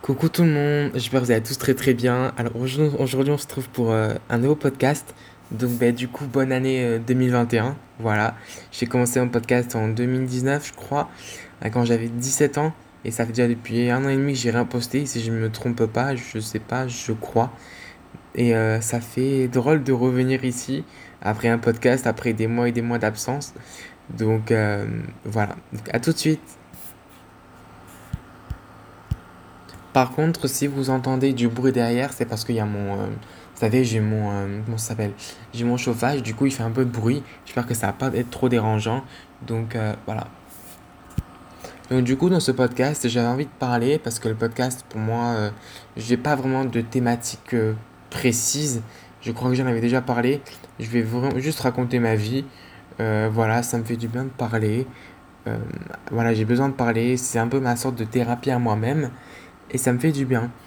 Coucou tout le monde, j'espère que vous allez tous très très bien. Alors aujourd'hui on se trouve pour un nouveau podcast. Donc du coup bonne année 2021. Voilà, j'ai commencé mon podcast en 2019 je crois, quand j'avais 17 ans. Et ça fait déjà depuis un an et demi que j'ai rien posté, si je ne me trompe pas, je sais pas, je crois. Et ça fait drôle de revenir ici après un podcast, après des mois et des mois d'absence. Donc voilà, donc, à tout de suite. Par contre, si vous entendez du bruit derrière, c'est parce qu'il y a vous savez, j'ai comment ça s'appelle? J'ai mon chauffage, du coup il fait un peu de bruit. J'espère que ça va pas être trop dérangeant. Donc voilà. Donc du coup dans ce podcast, j'avais envie de parler parce que le podcast pour moi, j'ai pas vraiment de thématique précise. Je crois que j'en avais déjà parlé. Je vais vraiment juste raconter ma vie. Voilà, ça me fait du bien de parler. Euh, voilà, j'ai besoin de parler. C'est un peu ma sorte de thérapie à moi-même et ça me fait du bien.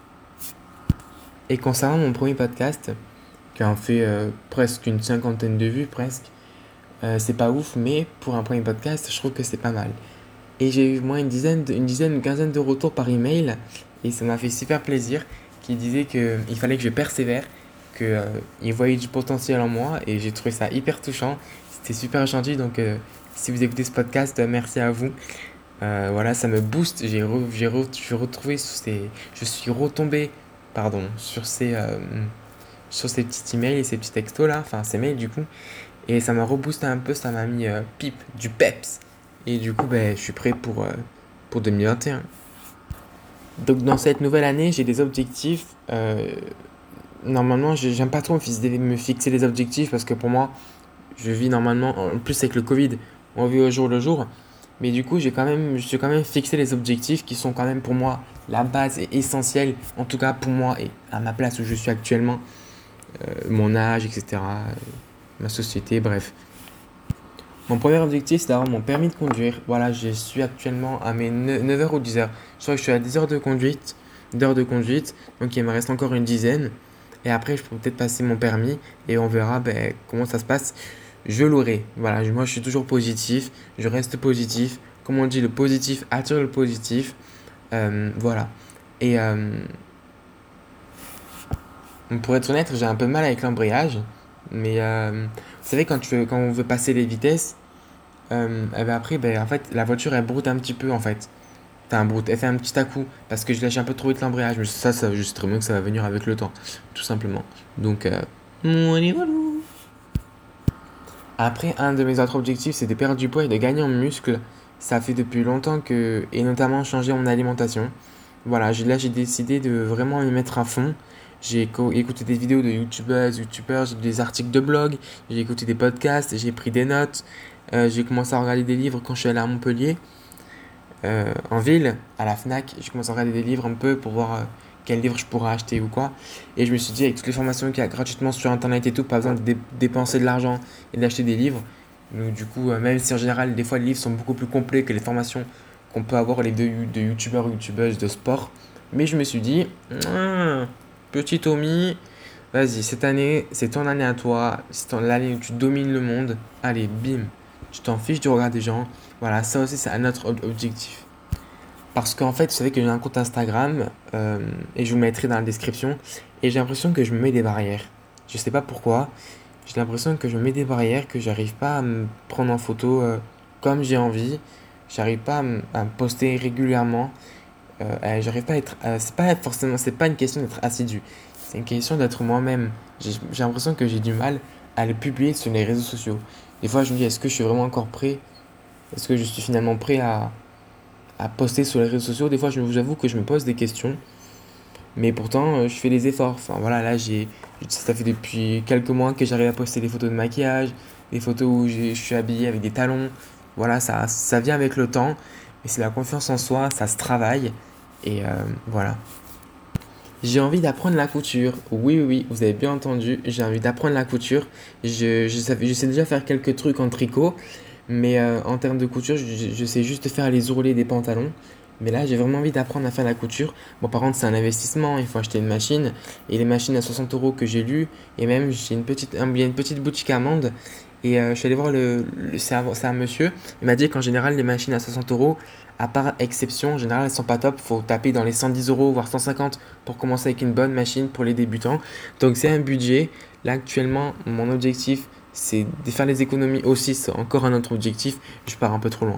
Et concernant mon premier podcast, qui en fait presque une cinquantaine de vues, presque, c'est pas ouf, mais pour un premier podcast, je trouve que c'est pas mal. Et j'ai eu moins une quinzaine de retours par email, et ça m'a fait super plaisir, qui disaient qu'il fallait que je persévère, qu'ils voyaient du potentiel en moi, et j'ai trouvé ça hyper touchant. C'était super gentil, donc si vous écoutez ce podcast, merci à vous. Voilà, ça me booste. Je suis retrouvé je suis retombé, pardon, sur ces petits emails et ces petits textos là, enfin ces mails du coup. Et ça m'a reboosté un peu, ça m'a mis du peps. Et du coup, je suis prêt pour 2021. Donc dans cette nouvelle année, j'ai des objectifs. Normalement, j'aime pas trop me fixer des objectifs parce que pour moi, je vis normalement, en plus avec le Covid, on vit au jour le jour. Mais du coup, je suis quand même fixé les objectifs qui sont quand même pour moi la base et essentielle, en tout cas pour moi et à ma place où je suis actuellement, mon âge, etc., ma société, bref. Mon premier objectif, c'est d'avoir mon permis de conduire. Voilà, je suis actuellement à mes 9 heures ou 10 heures. Je crois que je suis à 10 heures d'heures de conduite, donc il me reste encore une dizaine. Et après, je peux peut-être passer mon permis et on verra comment ça se passe. Je l'aurai. Voilà, moi je suis toujours positif, je reste positif. Comme on dit, le positif attire le positif. Voilà. Et pour être honnête, j'ai un peu de mal avec l'embrayage. Mais vous savez, quand on veut passer les vitesses, et ben après, en fait, la voiture elle broute un petit peu en fait. Enfin, broute, elle fait un petit à-coup parce que je lâche un peu trop vite l'embrayage. Mais je sais très bien que ça va venir avec le temps, tout simplement. Donc, voilà. Après, un de mes autres objectifs, c'est de perdre du poids et de gagner en muscle. Ça fait depuis longtemps et notamment changer mon alimentation. Voilà, là j'ai décidé de vraiment y mettre à fond. Écouté des vidéos de youtubeurs, j'ai lu des articles de blog, j'ai écouté des podcasts, j'ai pris des notes, j'ai commencé à regarder des livres quand je suis allé à Montpellier, en ville, à la Fnac. J'ai commencé à regarder des livres un peu pour voir quel livre je pourrais acheter ou quoi. Et je me suis dit, avec toutes les formations qu'il y a gratuitement sur internet et tout, pas besoin de dépenser de l'argent et d'acheter des livres. Donc, du coup, même si en général, des fois, les livres sont beaucoup plus complets que les formations qu'on peut avoir de youtubeurs ou youtubeuses de sport. Mais je me suis dit, petit Tommy, vas-y, cette année, c'est ton année à toi. C'est l'année où tu domines le monde. Allez, bim, tu t'en fiches du regard des gens. Voilà, ça aussi, c'est un autre objectif. Parce qu'en fait, vous savez que j'ai un compte Instagram et je vous le mettrai dans la description. Et j'ai l'impression que je me mets des barrières. Je sais pas pourquoi. J'ai l'impression que je me mets des barrières, que j'arrive pas à me prendre en photo comme j'ai envie. J'arrive pas à me poster régulièrement. J'arrive pas à être. C'est pas une question d'être assidu. C'est une question d'être moi-même. J'ai l'impression que j'ai du mal à le publier sur les réseaux sociaux. Des fois, je me dis, est-ce que je suis vraiment encore prêt? Est-ce que je suis finalement prêt à poster sur les réseaux sociaux? Des fois, j'avoue que je me pose des questions. Mais pourtant, je fais des efforts. Enfin voilà, là, ça fait depuis quelques mois que j'arrive à poster des photos de maquillage, des photos où je suis habillé avec des talons. Voilà, ça vient avec le temps. Mais c'est la confiance en soi, ça se travaille. Et voilà. J'ai envie d'apprendre la couture. Oui, oui, oui, vous avez bien entendu. J'ai envie d'apprendre la couture. Je sais déjà faire quelques trucs en tricot. Mais en termes de couture, je sais juste faire les ourlets des pantalons. Mais là, j'ai vraiment envie d'apprendre à faire la couture. Bon, par contre, c'est un investissement. Il faut acheter une machine. Et les machines à 60 € que j'ai lues. Et même, il y a une petite boutique à Mende. Et je suis allé voir c'est un monsieur. Il m'a dit qu'en général, les machines à 60 euros, à part exception, en général, elles sont pas top. Faut taper dans les 110 euros, voire 150 pour commencer avec une bonne machine pour les débutants. Donc, c'est un budget. Là, actuellement, mon objectif, c'est de faire les économies aussi. C'est encore un autre objectif. Je pars un peu trop loin.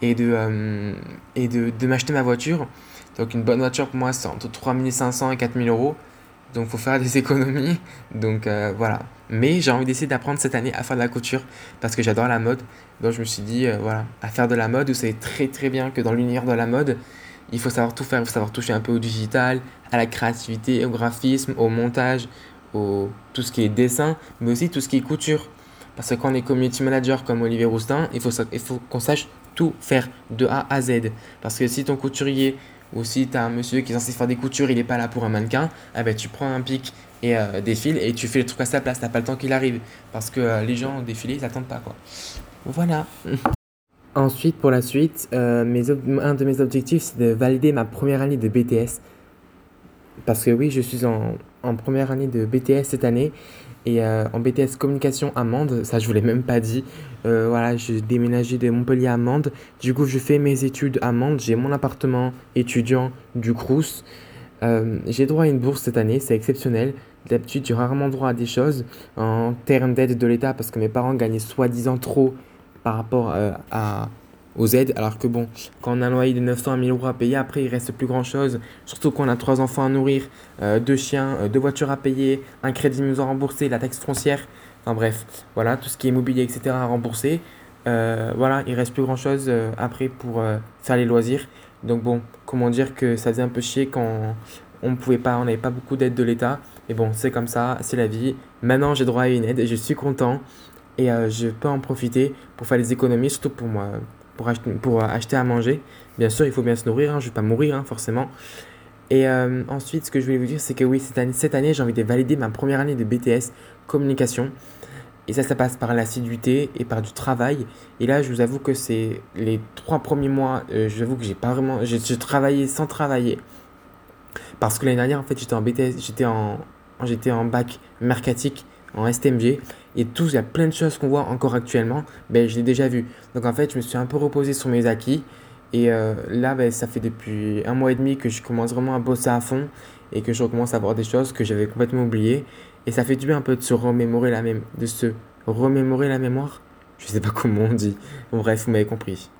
Et de m'acheter ma voiture. Donc, une bonne voiture pour moi, c'est entre 3500 et 4000 euros. Donc, il faut faire des économies. Donc, voilà. Mais j'ai envie d'essayer d'apprendre cette année à faire de la couture parce que j'adore la mode. Donc, je me suis dit, voilà, à faire de la mode, vous savez très très bien que dans l'univers de la mode, il faut savoir tout faire. Il faut savoir toucher un peu au digital, à la créativité, au graphisme, au montage, tout ce qui est dessin, mais aussi tout ce qui est couture. Parce que quand on est community manager comme Olivier Roustin, il faut qu'on sache tout faire de A à Z. Parce que si ton couturier ou si tu as un monsieur qui est censé faire des coutures, il n'est pas là pour un mannequin, eh ben, tu prends un pic et des fils et tu fais le truc à sa place. T'as pas le temps qu'il arrive. Parce que les gens au défilé, ils n'attendent pas quoi. Voilà. Ensuite, pour la suite, un de mes objectifs, c'est de valider ma première année de BTS. Parce que oui, je suis en première année de BTS cette année et en BTS communication à Mende, ça je vous l'ai même pas dit. Voilà, j'ai déménagé de Montpellier à Mende. Du coup, je fais mes études à Mende. J'ai mon appartement étudiant du Crous. J'ai droit à une bourse cette année, c'est exceptionnel. D'habitude, j'ai rarement droit à des choses en termes d'aide de l'État parce que mes parents gagnaient soi-disant trop par rapport aux aides. Alors que bon, quand on a un loyer de 900 à 1000 euros à payer, après il reste plus grand-chose. Surtout qu'on a 3 enfants à nourrir, 2 chiens, 2 voitures à payer, un crédit nous à rembourser, la taxe foncière. Enfin bref, voilà, tout ce qui est immobilier, etc. à rembourser. Voilà, il reste plus grand-chose après pour faire les loisirs. Donc bon, comment dire que ça faisait un peu chier quand on n'avait pas beaucoup d'aide de l'État. Mais bon, c'est comme ça, c'est la vie. Maintenant, j'ai droit à une aide et je suis content. Et je peux en profiter pour faire des économies, surtout pour moi, pour acheter à manger. Bien sûr, il faut bien se nourrir, hein, je ne vais pas mourir, hein, forcément. Et ensuite, ce que je voulais vous dire, c'est que oui, cette année, j'ai envie de valider ma première année de BTS communication. Et ça passe par l'assiduité et par du travail. Et là, je vous avoue que c'est les 3 premiers mois, je vous avoue que j'ai pas vraiment, j'ai travaillé sans travailler. Parce que l'année dernière, en fait, j'étais en BTS, j'étais en bac mercatique, en STMG. Et il y a plein de choses qu'on voit encore actuellement, ben, je l'ai déjà vu. Donc en fait, je me suis un peu reposé sur mes acquis. Et là, ben, ça fait depuis 1 mois et demi que je commence vraiment à bosser à fond et que je recommence à voir des choses que j'avais complètement oubliées. Et ça fait du bien un peu de se remémorer la mémoire. Je sais pas comment on dit. Bon, bref, vous m'avez compris.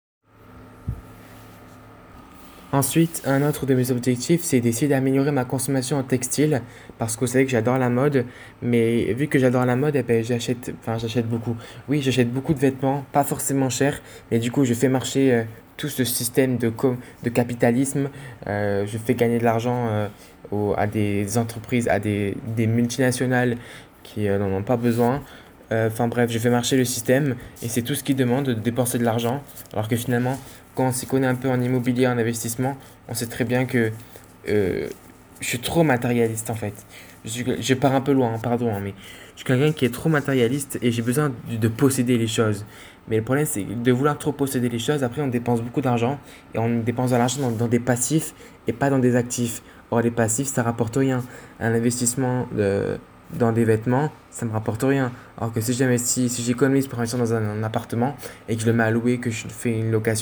Ensuite, un autre de mes objectifs, c'est d'essayer d'améliorer ma consommation en textile parce que vous savez que j'adore la mode, mais vu que j'adore la mode, eh ben, j'achète beaucoup. Oui, j'achète beaucoup de vêtements, pas forcément chers, mais du coup, je fais marcher tout ce système de capitalisme. Je fais gagner de l'argent à des entreprises, à des multinationales qui n'en ont pas besoin. Enfin bref, je fais marcher le système et c'est tout ce qui demande de dépenser de l'argent. Alors que finalement, quand on s'y connaît un peu en immobilier, en investissement, on sait très bien que euh, je suis trop matérialiste en fait. Je pars un peu loin, hein, pardon, hein, mais je suis quelqu'un qui est trop matérialiste et j'ai besoin de posséder les choses. Mais le problème, c'est de vouloir trop posséder les choses, après on dépense beaucoup d'argent et on dépense de l'argent dans des passifs et pas dans des actifs. Or, les passifs, ça rapporte rien. Un investissement dans des vêtements, ça me rapporte rien. Alors que si j'investis, si j'économise pour investir dans un appartement et que je le mets à louer, que je fais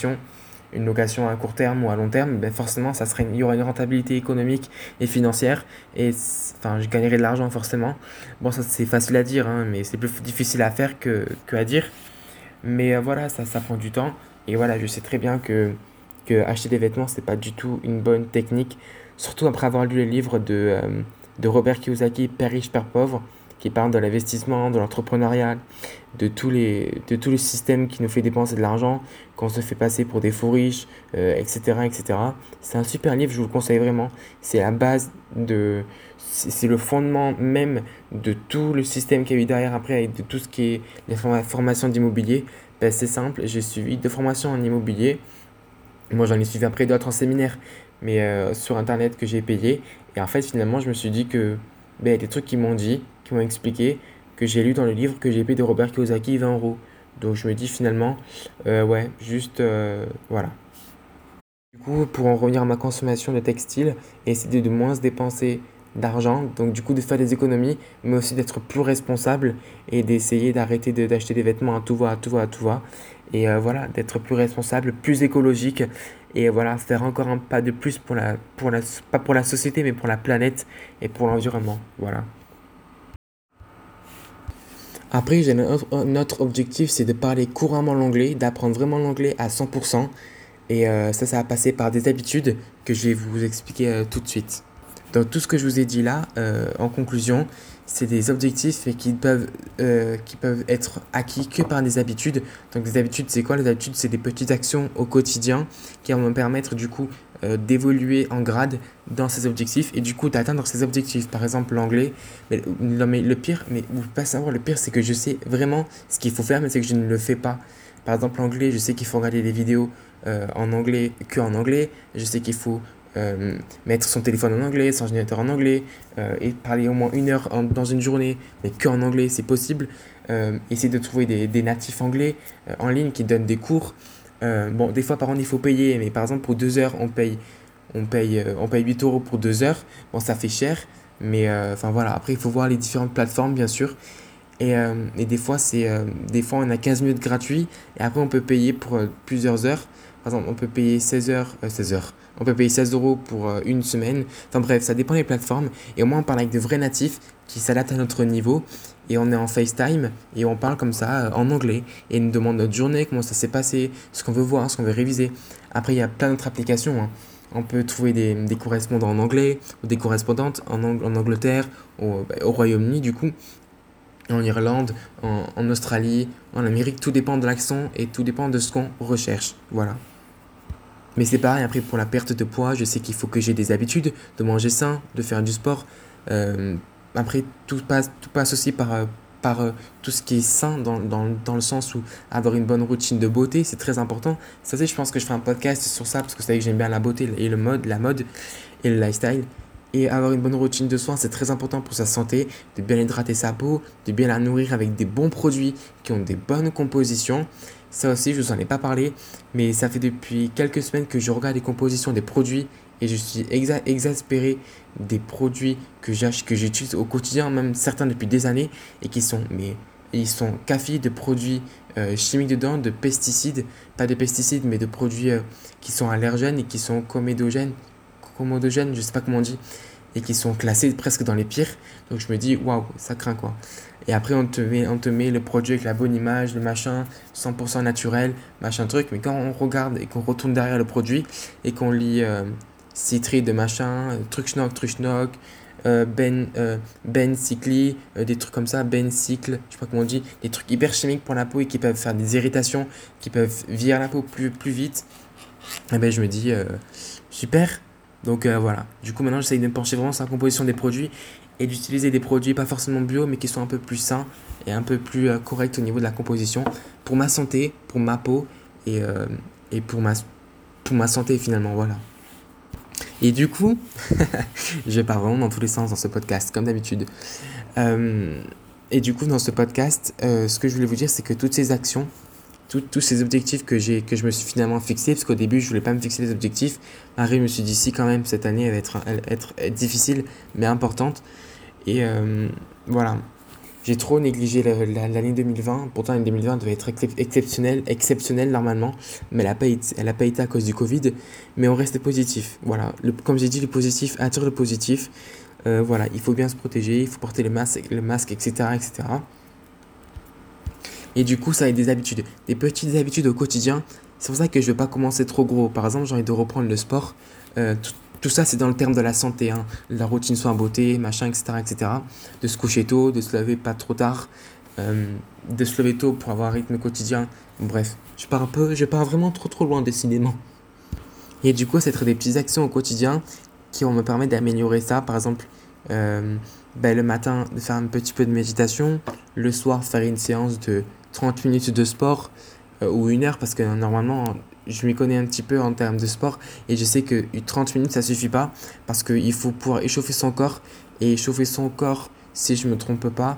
une location à court terme ou à long terme, ben forcément, il y aura une rentabilité économique et financière et enfin, je gagnerai de l'argent forcément. Bon, ça c'est facile à dire, hein, mais c'est plus difficile à faire que à dire. Mais voilà, ça prend du temps. Et voilà, je sais très bien que acheter des vêtements, c'est pas du tout une bonne technique. Surtout après avoir lu les livres de Robert Kiyosaki, Père riche, Père pauvre, qui parle de l'investissement, de l'entrepreneuriat, de tout le système qui nous fait dépenser de l'argent, qu'on se fait passer pour des faux riches, etc., etc. C'est un super livre, je vous le conseille vraiment. C'est la base c'est le fondement même de tout le système qu'il y a eu derrière après et de tout ce qui est les formations d'immobilier. Ben, c'est simple, j'ai suivi 2 formations en immobilier. Moi, j'en ai suivi après d'autres en séminaire, mais sur Internet que j'ai payé. Et en fait, finalement, je me suis dit que ben, il y a des trucs qui m'ont dit, qui m'ont expliqué, que j'ai lu dans le livre que j'ai payé de Robert Kiyosaki 20 euros. Donc je me dis finalement, ouais, juste, voilà. Du coup, pour en revenir à ma consommation de textile, essayer de moins dépenser d'argent, donc du coup de faire des économies, mais aussi d'être plus responsable et d'essayer d'arrêter d'acheter des vêtements à tout va, à tout va, à tout va. Et voilà, d'être plus responsable, plus écologique et voilà, faire encore un pas de plus pas pour la société, mais pour la planète et pour l'environnement. Voilà. Après, j'ai un autre objectif, c'est de parler couramment l'anglais, d'apprendre vraiment l'anglais à 100%. Et ça va passer par des habitudes que je vais vous expliquer tout de suite. Donc tout ce que je vous ai dit là, en conclusion, c'est des objectifs et qui peuvent être acquis que par des habitudes. Donc des habitudes, c'est quoi? Les habitudes, c'est des petites actions au quotidien qui vont me permettre du coup d'évoluer en grade dans ces objectifs et du coup d'atteindre ces objectifs. Par exemple l'anglais, mais, non, mais le pire, mais vous pouvez pas savoir, le pire c'est que je sais vraiment ce qu'il faut faire, mais c'est que je ne le fais pas. Par exemple l'anglais, je sais qu'il faut regarder des vidéos en anglais, que en anglais. Je sais qu'il faut mettre son téléphone en anglais, son ordinateur en anglais, et parler au moins 1 heure dans une journée, mais que en anglais, c'est possible. Essayer de trouver des natifs anglais en ligne qui donnent des cours. Bon, des fois, par contre, il faut payer, mais par exemple, pour 2 heures, on paye 8 euros pour 2 heures. Bon, ça fait cher, mais enfin voilà. Après, il faut voir les différentes plateformes, bien sûr. Et des fois, des fois, on a 15 minutes gratuits et après, on peut payer pour plusieurs heures. Par exemple, on peut payer 16 heures, 16 heures. On peut payer 16 euros pour une semaine. Enfin bref, ça dépend des plateformes. Et au moins, on parle avec de vrais natifs qui s'adaptent à notre niveau. Et on est en FaceTime et on parle comme ça en anglais. Et ils nous demandent notre journée, comment ça s'est passé, ce qu'on veut voir, ce qu'on veut réviser. Après, il y a plein d'autres applications, hein. On peut trouver des correspondants en anglais ou des correspondantes en Angleterre, au Royaume-Uni du coup, en Irlande, en Australie, en Amérique. Tout dépend de l'accent et tout dépend de ce qu'on recherche. Voilà. Mais c'est pareil, après pour la perte de poids, je sais qu'il faut que j'ai des habitudes de manger sain, de faire du sport. Euh, Après, tout passe aussi par tout ce qui est sain dans le sens où avoir une bonne routine de beauté, c'est très important. Ça, c'est, je pense que je ferai un podcast sur ça parce que vous savez que j'aime bien la beauté et la mode et le lifestyle. Et avoir une bonne routine de soins, c'est très important pour sa santé, de bien hydrater sa peau, de bien la nourrir avec des bons produits qui ont des bonnes compositions. Ça aussi, je ne vous en ai pas parlé, mais ça fait depuis quelques semaines que je regarde les compositions des produits et je suis exaspéré des produits que j'utilise au quotidien, même certains depuis des années, et ils sont cafés de produits chimiques dedans, de pesticides, pas de pesticides, mais de produits qui sont allergènes et qui sont commodogènes, je sais pas comment on dit, et qui sont classés presque dans les pires. Donc je me dis, waouh, ça craint quoi. Et après, on te met le produit avec la bonne image, le machin, 100% naturel, machin truc. Mais quand on regarde et qu'on retourne derrière le produit et qu'on lit citri de machin, truc schnock, ben cycli, des trucs comme ça, ben cycle, je sais pas comment on dit, des trucs hyper chimiques pour la peau et qui peuvent faire des irritations, qui peuvent vieillir la peau plus vite. Et ben je me dis, super. Donc voilà. Du coup, maintenant, j'essaye de me pencher vraiment sur la composition des produits et d'utiliser des produits pas forcément bio, mais qui sont un peu plus sains et un peu plus corrects au niveau de la composition pour ma santé, pour ma peau et, et pour ma santé finalement. Voilà. Et du coup, je pars vraiment dans tous les sens dans ce podcast, comme d'habitude. Et du coup, dans ce podcast, ce que je voulais vous dire, c'est que toutes ces actions, tous ces objectifs que je me suis finalement fixés, parce qu'au début je voulais pas me fixer les objectifs, je me suis dit si quand même cette année elle va être difficile mais importante, et voilà, j'ai trop négligé l'année 2020, pourtant l'année 2020 devait être exceptionnelle normalement, mais elle a pas été à cause du Covid, mais on reste positif, voilà, comme j'ai dit, le positif attire le positif, voilà, il faut bien se protéger, il faut porter le masque etc., etc. Et du coup, ça a des habitudes, des petites habitudes au quotidien. C'est pour ça que je ne veux pas commencer trop gros. Par exemple, j'ai envie de reprendre le sport. Tout ça, c'est dans le terme de la santé, hein. La routine soin beauté, machin, etc., etc. De se coucher tôt, de se lever pas trop tard, de se lever tôt pour avoir un rythme quotidien. Bref, je pars vraiment trop loin décidément. Et du coup, c'est être des petites actions au quotidien qui vont me permettre d'améliorer ça. Par exemple, le matin, de faire un petit peu de méditation. Le soir, faire une séance de 30 minutes de sport ou 1 heure, parce que normalement je m'y connais un petit peu en termes de sport et je sais que 30 minutes ça suffit pas parce qu'il faut pouvoir échauffer son corps, et échauffer son corps, si je me trompe pas,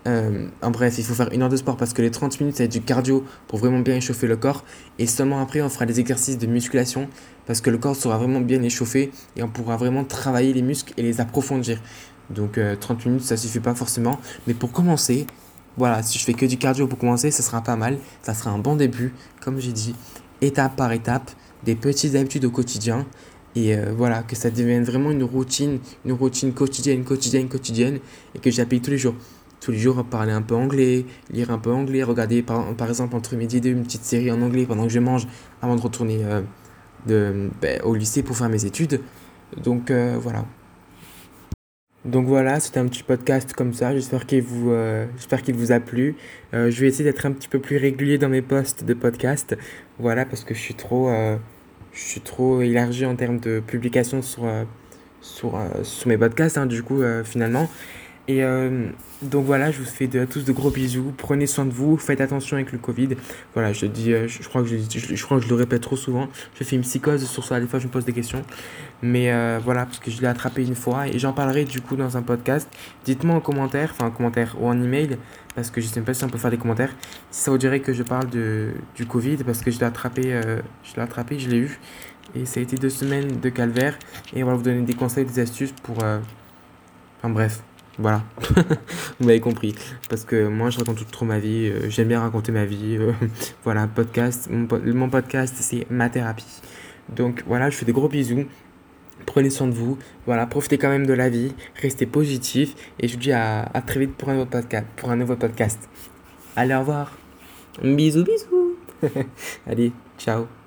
En bref, il faut faire 1 heure de sport parce que les 30 minutes, ça va être du cardio pour vraiment bien échauffer le corps. Et seulement après, on fera des exercices de musculation parce que le corps sera vraiment bien échauffé et on pourra vraiment travailler les muscles et les approfondir. Donc 30 minutes, ça suffit pas forcément. Mais pour commencer, voilà, si je fais que du cardio pour commencer, ça sera pas mal. Ça sera un bon début, comme j'ai dit, étape par étape, des petites habitudes au quotidien. Et voilà, que ça devienne vraiment une routine quotidienne, et que j'applique tous les jours, parler un peu anglais, lire un peu anglais, regarder par exemple entre midi et deux une petite série en anglais pendant que je mange avant de retourner au lycée pour faire mes études. Donc voilà. Donc voilà, c'était un petit podcast comme ça. J'espère qu'il vous a plu. Je vais essayer d'être un petit peu plus régulier dans mes posts de podcast. Voilà, parce que je suis trop élargi en termes de publication sur mes podcasts, hein, du coup, finalement. Et donc voilà, je vous fais à tous de gros bisous. Prenez soin de vous, faites attention avec le Covid. Voilà, je dis, je crois que je crois que je le répète trop souvent. Je fais une psychose sur ça, des fois je me pose des questions. Mais voilà, parce que je l'ai attrapé une fois et j'en parlerai du coup dans un podcast. Dites-moi en commentaire ou en email, parce que je sais pas si on peut faire des commentaires, si ça vous dirait que je parle du Covid, parce que je l'ai eu. Et ça a été 2 semaines de calvaire. Et on va vous donner des conseils, des astuces pour. Enfin bref, voilà. Vous m'avez compris. Parce que moi, je raconte trop ma vie. J'aime bien raconter ma vie. Voilà, podcast. Mon podcast, c'est ma thérapie. Donc voilà, je fais des gros bisous. Prenez soin de vous. Voilà, profitez quand même de la vie. Restez positif. Et je vous dis à très vite pour un nouveau podcast. Allez, au revoir. Bisous, bisous. Allez, ciao.